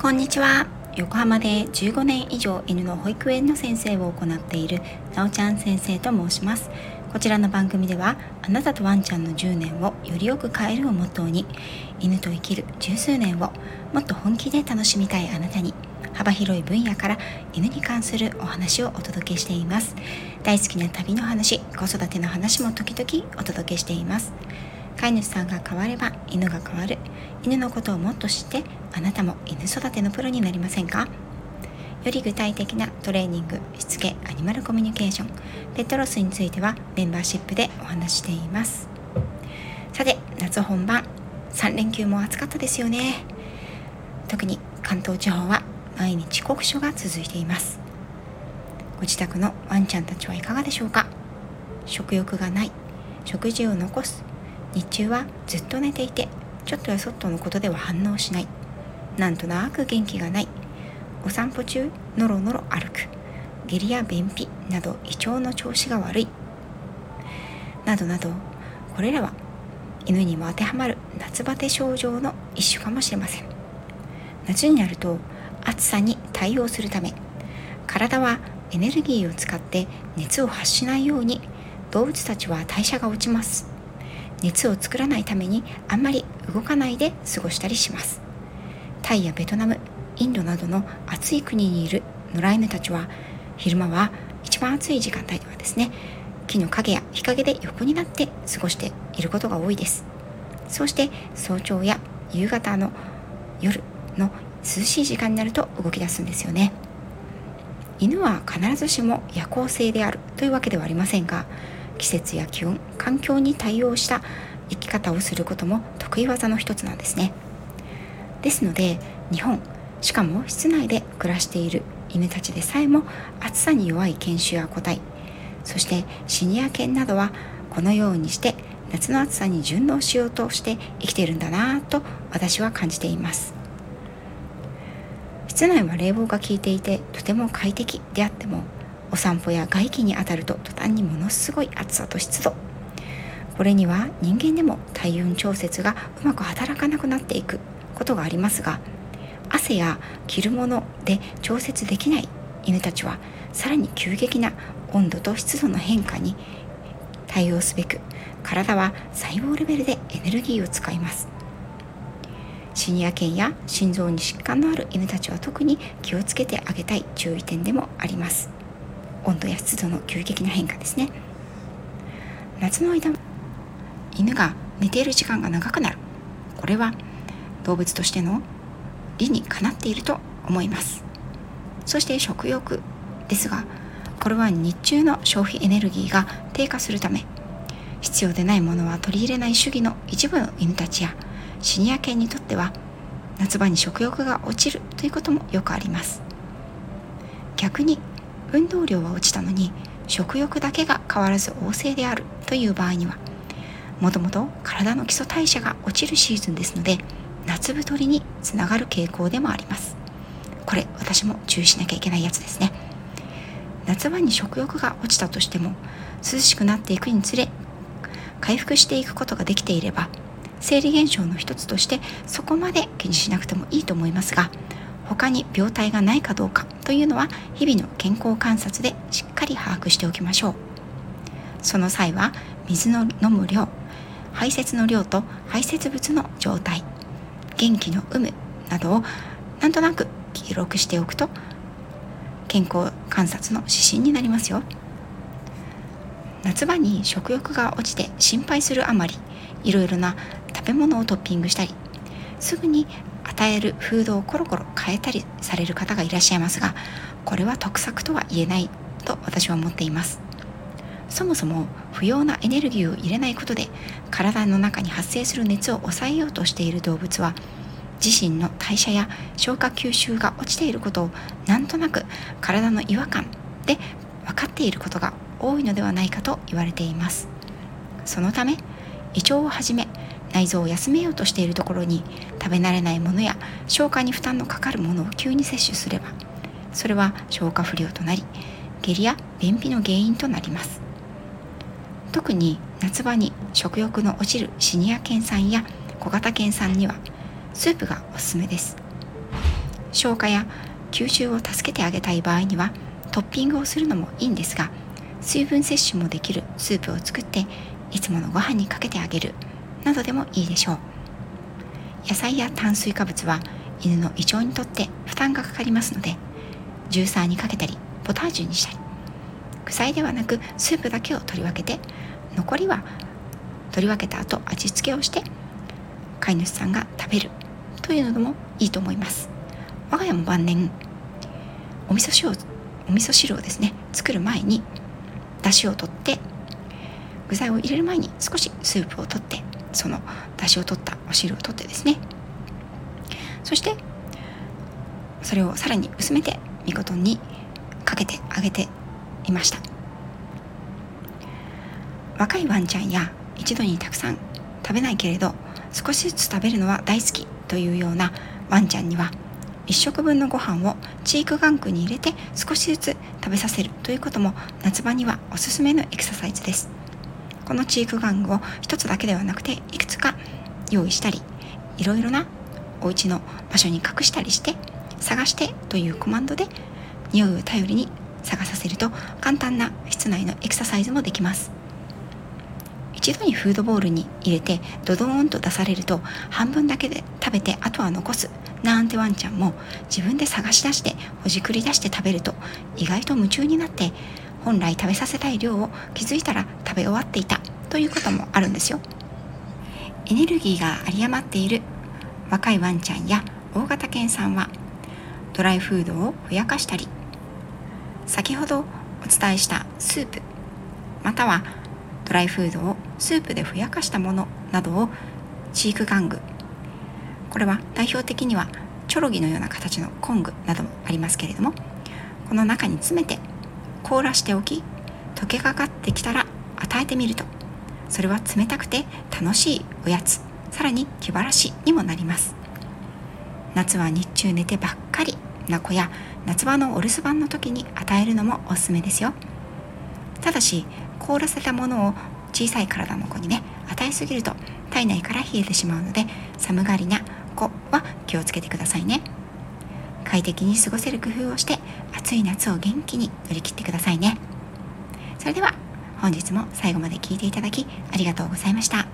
こんにちは。横浜で15年以上犬の保育園の先生を行っているなおちゃん先生と申します。こちらの番組ではあなたとワンちゃんの10年をよりよく変えるをモットーに、犬と生きる十数年をもっと本気で楽しみたいあなたに、幅広い分野から犬に関するお話をお届けしています。大好きな旅の話、子育ての話も時々お届けしています。飼い主さんが変われば犬が変わる。犬のことをもっと知ってあなたも犬育てのプロになりませんか？より具体的なトレーニング、しつけ、アニマルコミュニケーション、ペットロスについてはメンバーシップでお話しています。さて、夏本番、3連休も暑かったですよね。特に関東地方は毎日酷暑が続いています。ご自宅のワンちゃんたちはいかがでしょうか？食欲がない、食事を残す、日中はずっと寝ていて、ちょっとやそっとのことでは反応しない、なんとなく元気がない、お散歩中ノロノロ歩く、下痢や便秘など胃腸の調子が悪いなどなど、これらは犬にも当てはまる夏バテ症状の一種かもしれません。夏になると暑さに対応するため、体はエネルギーを使って熱を発しないように動物たちは代謝が落ちます。熱を作らないためにあんまり動かないで過ごしたりします。タイやベトナム、インドなどの暑い国にいる野良犬たちは、昼間は一番暑い時間帯ではですね、木の陰や日陰で横になって過ごしていることが多いです。そして早朝や夕方の夜の涼しい時間になると動き出すんですよね。犬は必ずしも夜行性であるというわけではありませんが、季節や気温、環境に対応した生き方をすることも得意技の一つなんですね。ですので、日本、しかも室内で暮らしている犬たちでさえも暑さに弱い犬種や個体、そしてシニア犬などはこのようにして夏の暑さに順応しようとして生きているんだなぁと私は感じています。室内は冷房が効いていてとても快適であっても、お散歩や外気に当たると途端にものすごい暑さと湿度、これには人間でも体温調節がうまく働かなくなっていくことがありますが、汗や着るもので調節できない犬たちはさらに急激な温度と湿度の変化に対応すべく、体は細胞レベルでエネルギーを使います。シニア犬や心臓に疾患のある犬たちは特に気をつけてあげたい注意点でもあります。温度や湿度の急激な変化ですね。夏の間、犬が寝ている時間が長くなる、これは動物としての理にかなっていると思います。そして食欲ですが、これは日中の消費エネルギーが低下するため、必要でないものは取り入れない主義の一部の犬たちやシニア犬にとっては、夏場に食欲が落ちるということもよくあります。逆に運動量は落ちたのに食欲だけが変わらず旺盛であるという場合には、もともと体の基礎代謝が落ちるシーズンですので、夏太りにつながる傾向でもあります。これ私も注意しなきゃいけないやつですね。夏場に食欲が落ちたとしても、涼しくなっていくにつれ回復していくことができていれば、生理現象の一つとしてそこまで気にしなくてもいいと思いますが、他に病態がないかどうかというのは日々の健康観察でしっかり把握しておきましょう。その際は水の飲む量、排泄の量と排泄物の状態、元気の有無などをなんとなく記録しておくと健康観察の指針になりますよ。夏場に食欲が落ちて心配するあまり、いろいろな食べ物をトッピングしたり、すぐに与えるフードをコロコロ変えたりされる方がいらっしゃいますが、これは得策とは言えないと私は思っています。そもそも不要なエネルギーを入れないことで体の中に発生する熱を抑えようとしている動物は、自身の代謝や消化吸収が落ちていることをなんとなく体の違和感で分かっていることが多いのではないかと言われています。そのため胃腸をはじめ内臓を休めようとしているところに食べ慣れないものや消化に負担のかかるものを急に摂取すれば、それは消化不良となり、下痢や便秘の原因となります。特に夏場に食欲の落ちるシニア犬さんや小型犬さんにはスープがおすすめです。 消化や吸収を助けてあげたい場合にはトッピングをするのもいいんですが、水分摂取もできるスープを作っていつものご飯にかけてあげるなどでもいいでしょう。野菜や炭水化物は犬の胃腸にとって負担がかかりますので、ジューサーにかけたりポタージュにしたり、具材ではなくスープだけを取り分けて、残りは取り分けた後味付けをして飼い主さんが食べるというのでもいいと思います。我が家も晩年お味噌汁をですね作る前に出汁を取って、具材を入れる前に少しスープを取って、その出汁を取ったお汁を取ってですね、そしてそれをさらに薄めてミコトンにかけてあげていました。若いワンちゃんや一度にたくさん食べないけれど少しずつ食べるのは大好きというようなワンちゃんには、1食分のご飯をチーク玩具に入れて少しずつ食べさせるということも夏場にはおすすめのエクササイズです。このチーク玩具を一つだけではなくていくつか用意したり、いろいろなお家の場所に隠したりして、探してというコマンドで匂いを頼りに探させると簡単な室内のエクササイズもできます。一度にフードボウルに入れてドドーンと出されると半分だけで食べてあとは残すなんてワンちゃんも、自分で探し出してほじくり出して食べると意外と夢中になって、本来食べさせたい量を気づいたら食べ終わっていたということもあるんですよ。エネルギーが有り余っている若いワンちゃんや大型犬さんはドライフードをふやかしたり、先ほどお伝えしたスープまたはドライフードをスープでふやかしたものなどをチーク玩具、これは代表的にはチョロギのような形のコングなどもありますけれども、この中に詰めて凍らしておき、溶けかかってきたら与えてみると、それは冷たくて楽しいおやつ、さらに気晴らしにもなります。夏は日中寝てばっかりな子や夏場のお留守番の時に与えるのもおすすめですよ。ただし凍らせたものを小さい体の子にね与えすぎると体内から冷えてしまうので、寒がりな子は気をつけてくださいね。快適に過ごせる工夫をして暑い夏を元気に乗り切ってくださいね。それでは本日も最後まで聞いていただきありがとうございました。